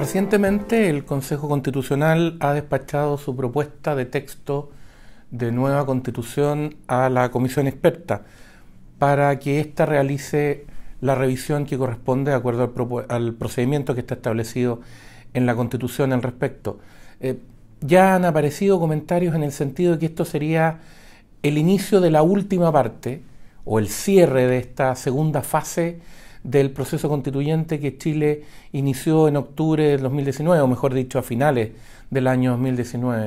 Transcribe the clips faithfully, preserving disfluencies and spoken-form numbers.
Recientemente el Consejo Constitucional ha despachado su propuesta de texto de nueva Constitución a la Comisión Experta para que ésta realice la revisión que corresponde de acuerdo al, al procedimiento que está establecido en la Constitución al respecto. Eh, ya han aparecido comentarios en el sentido de que esto sería el inicio de la última parte o el cierre de esta segunda fase del proceso constituyente que Chile inició en octubre del dos mil diecinueve, o mejor dicho, a finales del año dos mil diecinueve,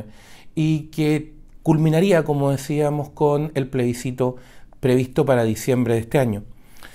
y que culminaría, como decíamos, con el plebiscito previsto para diciembre de este año.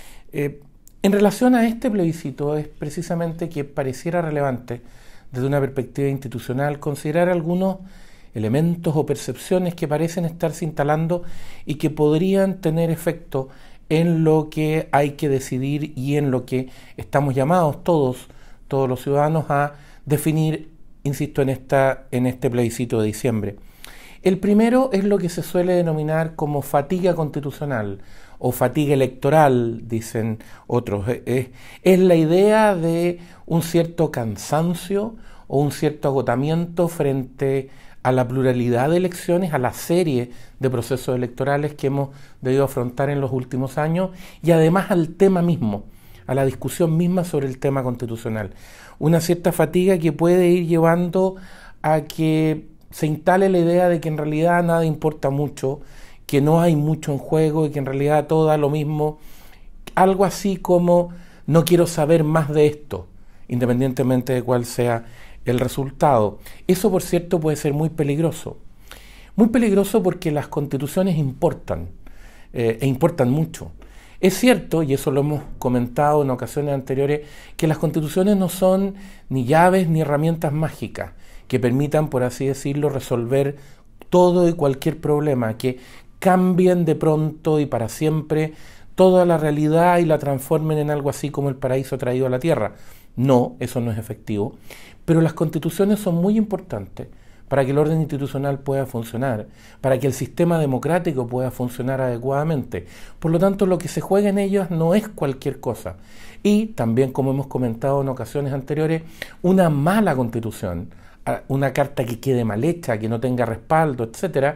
Eh, en relación a este plebiscito es precisamente que pareciera relevante, desde una perspectiva institucional, considerar algunos elementos o percepciones que parecen estarse instalando y que podrían tener efecto en lo que hay que decidir y en lo que estamos llamados todos, todos los ciudadanos, a definir, insisto, en, esta, en este plebiscito de diciembre. El primero es lo que se suele denominar como fatiga constitucional o fatiga electoral, dicen otros. Es, es la idea de un cierto cansancio o un cierto agotamiento frente a la pluralidad de elecciones, a la serie de procesos electorales que hemos debido afrontar en los últimos años y además al tema mismo, a la discusión misma sobre el tema constitucional. Una cierta fatiga que puede ir llevando a que se instale la idea de que en realidad nada importa mucho, que no hay mucho en juego y que en realidad todo da lo mismo. Algo así como no quiero saber más de esto, independientemente de cuál sea el resultado. Eso, por cierto, puede ser muy peligroso. Muy peligroso porque las constituciones importan, eh, e importan mucho. Es cierto, y eso lo hemos comentado en ocasiones anteriores, que las constituciones no son ni llaves ni herramientas mágicas que permitan, por así decirlo, resolver todo y cualquier problema, que cambien de pronto y para siempre toda la realidad y la transformen en algo así como el paraíso traído a la tierra. No, eso no es efectivo. Pero las constituciones son muy importantes para que el orden institucional pueda funcionar, para que el sistema democrático pueda funcionar adecuadamente. Por lo tanto, lo que se juega en ellas no es cualquier cosa. Y también, como hemos comentado en ocasiones anteriores, una mala constitución, una carta que quede mal hecha, que no tenga respaldo, etcétera,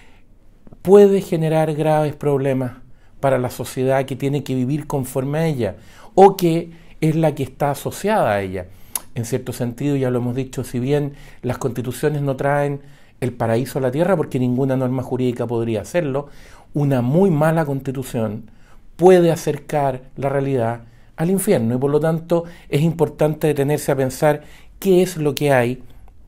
puede generar graves problemas para la sociedad que tiene que vivir conforme a ella, o que es la que está asociada a ella. En cierto sentido, ya lo hemos dicho, si bien las constituciones no traen el paraíso a la tierra, porque ninguna norma jurídica podría hacerlo, una muy mala constitución puede acercar la realidad al infierno, y por lo tanto es importante detenerse a pensar qué es lo que hay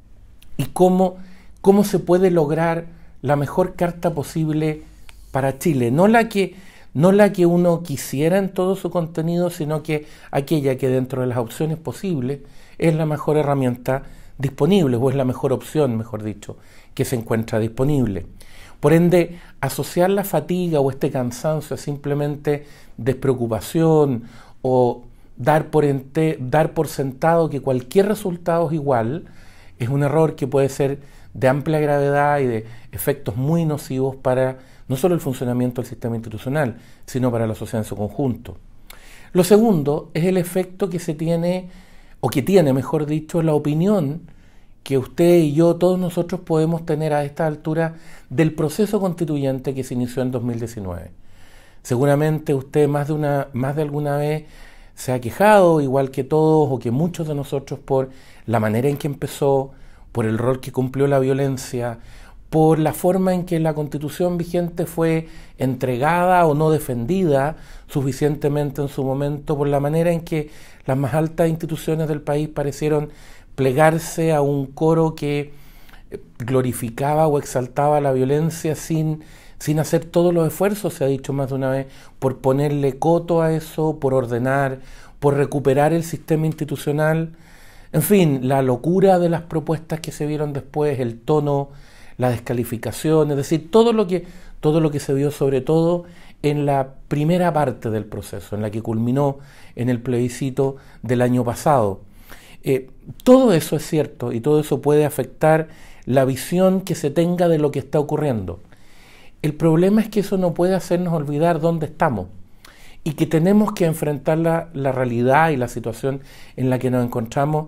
y cómo, cómo se puede lograr la mejor carta posible para Chile, no la que No la que uno quisiera en todo su contenido, sino que aquella que dentro de las opciones posibles es la mejor herramienta disponible, o es la mejor opción, mejor dicho, que se encuentra disponible. Por ende, asociar la fatiga o este cansancio a simplemente despreocupación o dar por, ente, dar por sentado que cualquier resultado es igual, es un error que puede ser de amplia gravedad y de efectos muy nocivos para no solo el funcionamiento del sistema institucional, sino para la sociedad en su conjunto. Lo segundo es el efecto que se tiene, o que tiene, mejor dicho, la opinión que usted y yo, todos nosotros podemos tener a esta altura del proceso constituyente que se inició en dos mil diecinueve. Seguramente usted más de, una, más de alguna vez se ha quejado, igual que todos o que muchos de nosotros, por la manera en que empezó, por el rol que cumplió la violencia, por la forma en que la Constitución vigente fue entregada o no defendida suficientemente en su momento, por la manera en que las más altas instituciones del país parecieron plegarse a un coro que glorificaba o exaltaba la violencia sin, sin hacer todos los esfuerzos, se ha dicho más de una vez, por ponerle coto a eso, por ordenar, por recuperar el sistema institucional. En fin, la locura de las propuestas que se vieron después, el tono, la descalificación, es decir, todo lo que, todo lo que se vio sobre todo en la primera parte del proceso, en la que culminó en el plebiscito del año pasado. Eh, todo eso es cierto y todo eso puede afectar la visión que se tenga de lo que está ocurriendo. El problema es que eso no puede hacernos olvidar dónde estamos y que tenemos que enfrentar la, la realidad y la situación en la que nos encontramos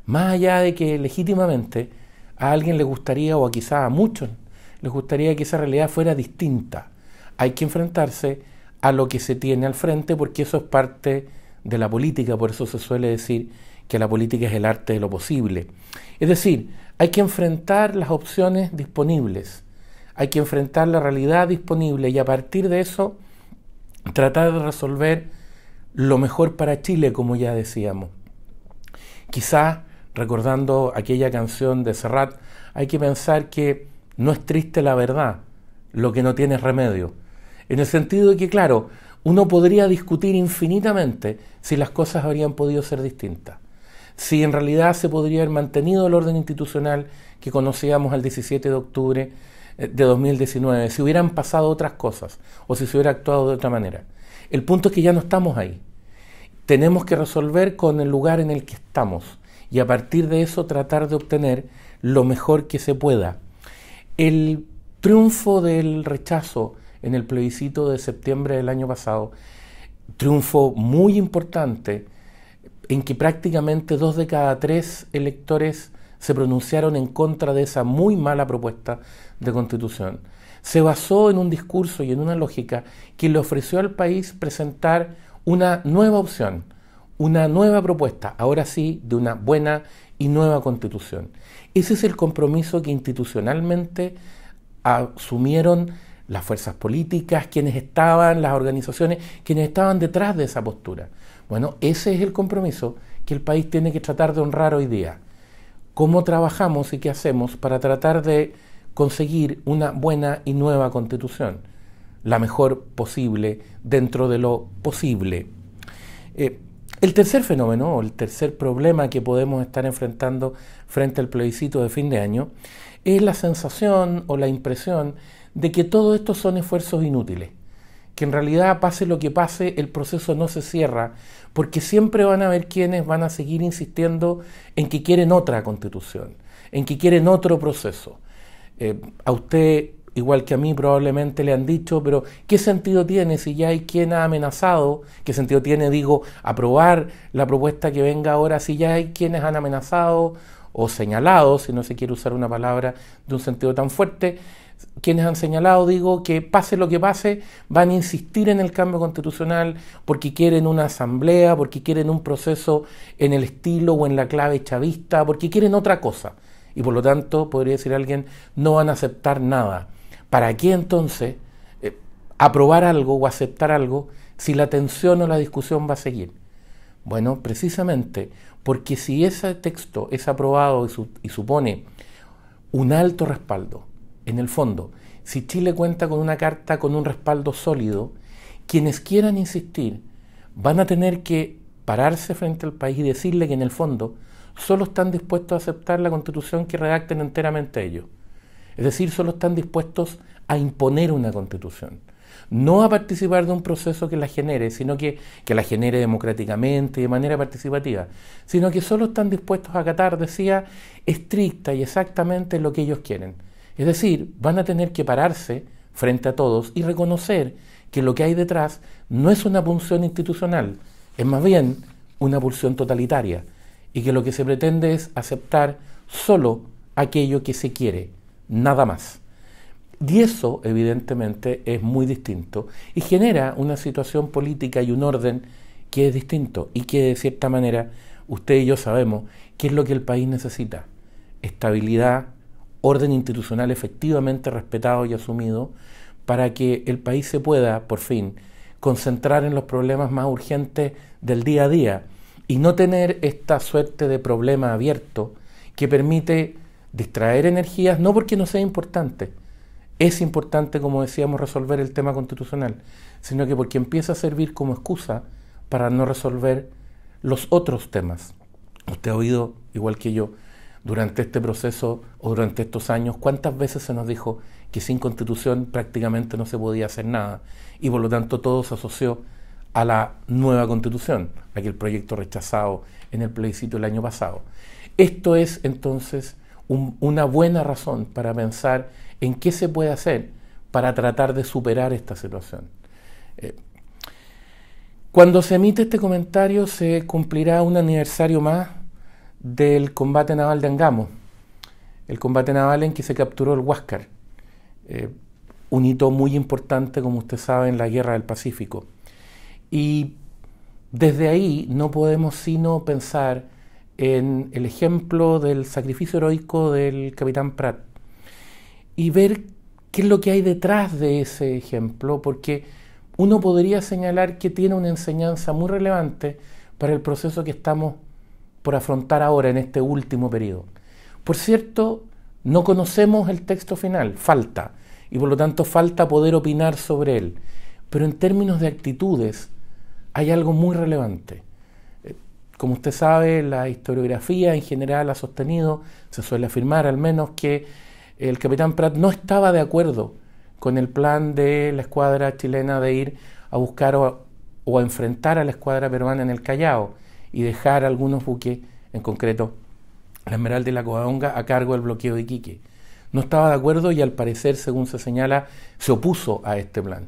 Más allá de que legítimamente a alguien le gustaría, o quizás a muchos, les gustaría que esa realidad fuera distinta. Hay que enfrentarse a lo que se tiene al frente, porque eso es parte de la política. Por eso se suele decir que la política es el arte de lo posible. Es decir, hay que enfrentar las opciones disponibles, hay que enfrentar la realidad disponible y a partir de eso tratar de resolver lo mejor para Chile, como ya decíamos. Quizás, recordando aquella canción de Serrat, hay que pensar que no es triste la verdad, lo que no tiene remedio. En el sentido de que, claro, uno podría discutir infinitamente si las cosas habrían podido ser distintas, si en realidad se podría haber mantenido el orden institucional que conocíamos el diecisiete de octubre de dos mil diecinueve, si hubieran pasado otras cosas o si se hubiera actuado de otra manera. El punto es que ya no estamos ahí. Tenemos que resolver con el lugar en el que estamos y a partir de eso tratar de obtener lo mejor que se pueda. El triunfo del rechazo en el plebiscito de septiembre del año pasado, triunfo muy importante en que prácticamente dos de cada tres electores se pronunciaron en contra de esa muy mala propuesta de constitución. Se basó en un discurso y en una lógica que le ofreció al país presentar una nueva opción, una nueva propuesta, ahora sí, de una buena y nueva constitución. Ese es el compromiso que institucionalmente asumieron las fuerzas políticas, quienes estaban, las organizaciones, quienes estaban detrás de esa postura. Bueno, ese es el compromiso que el país tiene que tratar de honrar hoy día. ¿Cómo trabajamos y qué hacemos para tratar de conseguir una buena y nueva constitución? La mejor posible, dentro de lo posible. Eh, el tercer fenómeno, o el tercer problema que podemos estar enfrentando frente al plebiscito de fin de año, es la sensación o la impresión de que todo esto son esfuerzos inútiles, que en realidad pase lo que pase, el proceso no se cierra, porque siempre van a haber quienes van a seguir insistiendo en que quieren otra constitución, en que quieren otro proceso. Eh, a usted, igual que a mí, probablemente le han dicho, pero ¿qué sentido tiene si ya hay quien ha amenazado? ¿Qué sentido tiene, digo, aprobar la propuesta que venga ahora si ya hay quienes han amenazado o señalado, si no se quiere usar una palabra de un sentido tan fuerte, quienes han señalado, digo, que pase lo que pase, van a insistir en el cambio constitucional porque quieren una asamblea, porque quieren un proceso en el estilo o en la clave chavista, porque quieren otra cosa. Y por lo tanto, podría decir alguien, no van a aceptar nada. ¿Para qué entonces eh, aprobar algo o aceptar algo si la tensión o la discusión va a seguir? Bueno, precisamente porque si ese texto es aprobado y, su, y supone un alto respaldo, en el fondo, si Chile cuenta con una carta con un respaldo sólido, quienes quieran insistir van a tener que pararse frente al país y decirle que en el fondo solo están dispuestos a aceptar la constitución que redacten enteramente ellos. Es decir, solo están dispuestos a imponer una constitución, no a participar de un proceso que la genere, sino que, que la genere democráticamente y de manera participativa, sino que solo están dispuestos a acatar, decía, estricta y exactamente lo que ellos quieren. Es decir, van a tener que pararse frente a todos y reconocer que lo que hay detrás no es una pulsión institucional, es más bien una pulsión totalitaria, y que lo que se pretende es aceptar solo aquello que se quiere, nada más. Y eso, evidentemente, es muy distinto y genera una situación política y un orden que es distinto y que, de cierta manera, usted y yo sabemos qué es lo que el país necesita: estabilidad, orden institucional efectivamente respetado y asumido, para que el país se pueda, por fin, concentrar en los problemas más urgentes del día a día y no tener esta suerte de problema abierto que permite distraer energías, no porque no sea importante, es importante, como decíamos, resolver el tema constitucional, sino que porque empieza a servir como excusa para no resolver los otros temas. Usted ha oído, igual que yo, durante este proceso o durante estos años, cuántas veces se nos dijo que sin constitución prácticamente no se podía hacer nada y por lo tanto todo se asoció a la nueva constitución, aquel proyecto rechazado en el plebiscito el año pasado. Esto es entonces un, una buena razón para pensar en qué se puede hacer para tratar de superar esta situación. Eh, cuando se emite este comentario se cumplirá un aniversario más del combate naval de Angamo, el combate naval en que se capturó el Huáscar, eh, un hito muy importante, como usted sabe, en la Guerra del Pacífico. Y desde ahí no podemos sino pensar en el ejemplo del sacrificio heroico del capitán Prat y ver qué es lo que hay detrás de ese ejemplo, porque uno podría señalar que tiene una enseñanza muy relevante para el proceso que estamos por afrontar ahora en este último periodo. Por cierto, no conocemos el texto final, falta, y por lo tanto falta poder opinar sobre él, pero en términos de actitudes hay algo muy relevante. Como usted sabe, la historiografía en general ha sostenido, se suele afirmar al menos, que el capitán Prat no estaba de acuerdo con el plan de la escuadra chilena de ir a buscar o, o a enfrentar a la escuadra peruana en el Callao y dejar algunos buques, en concreto la Esmeralda y la Covadonga, a cargo del bloqueo de Iquique. No estaba de acuerdo y al parecer, según se señala, se opuso a este plan.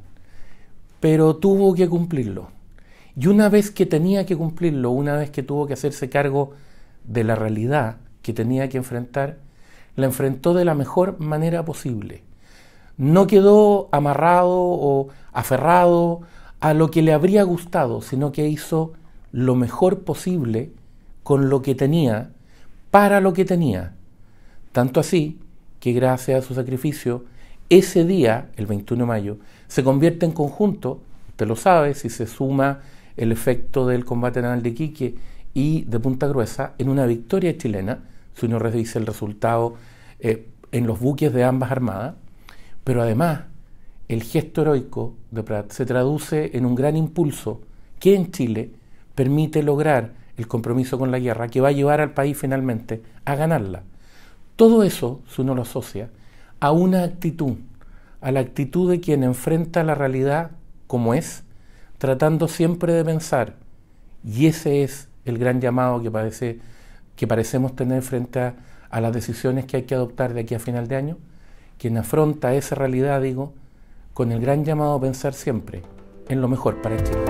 Pero tuvo que cumplirlo. Y una vez que tenía que cumplirlo, una vez que tuvo que hacerse cargo de la realidad que tenía que enfrentar, la enfrentó de la mejor manera posible. No quedó amarrado o aferrado a lo que le habría gustado, sino que hizo lo mejor posible con lo que tenía, para lo que tenía. Tanto así que gracias a su sacrificio, ese día, el veintiuno de mayo, se convierte en conjunto, usted lo sabe, si se suma el efecto del combate naval de Iquique y de Punta Gruesa, en una victoria chilena, si uno revisa el resultado eh, en los buques de ambas armadas, pero además el gesto heroico de Prat se traduce en un gran impulso que en Chile permite lograr el compromiso con la guerra que va a llevar al país finalmente a ganarla. Todo eso, si uno lo asocia, a una actitud, a la actitud de quien enfrenta la realidad como es, tratando siempre de pensar, y ese es el gran llamado que, parece, que parecemos tener frente a, a las decisiones que hay que adoptar de aquí a final de año, quien afronta esa realidad, digo, con el gran llamado a pensar siempre en lo mejor para Chile.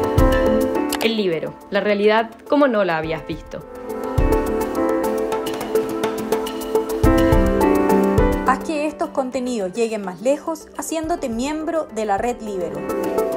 El Líbero, la realidad como no la habías visto. Haz que estos contenidos lleguen más lejos haciéndote miembro de la Red Líbero.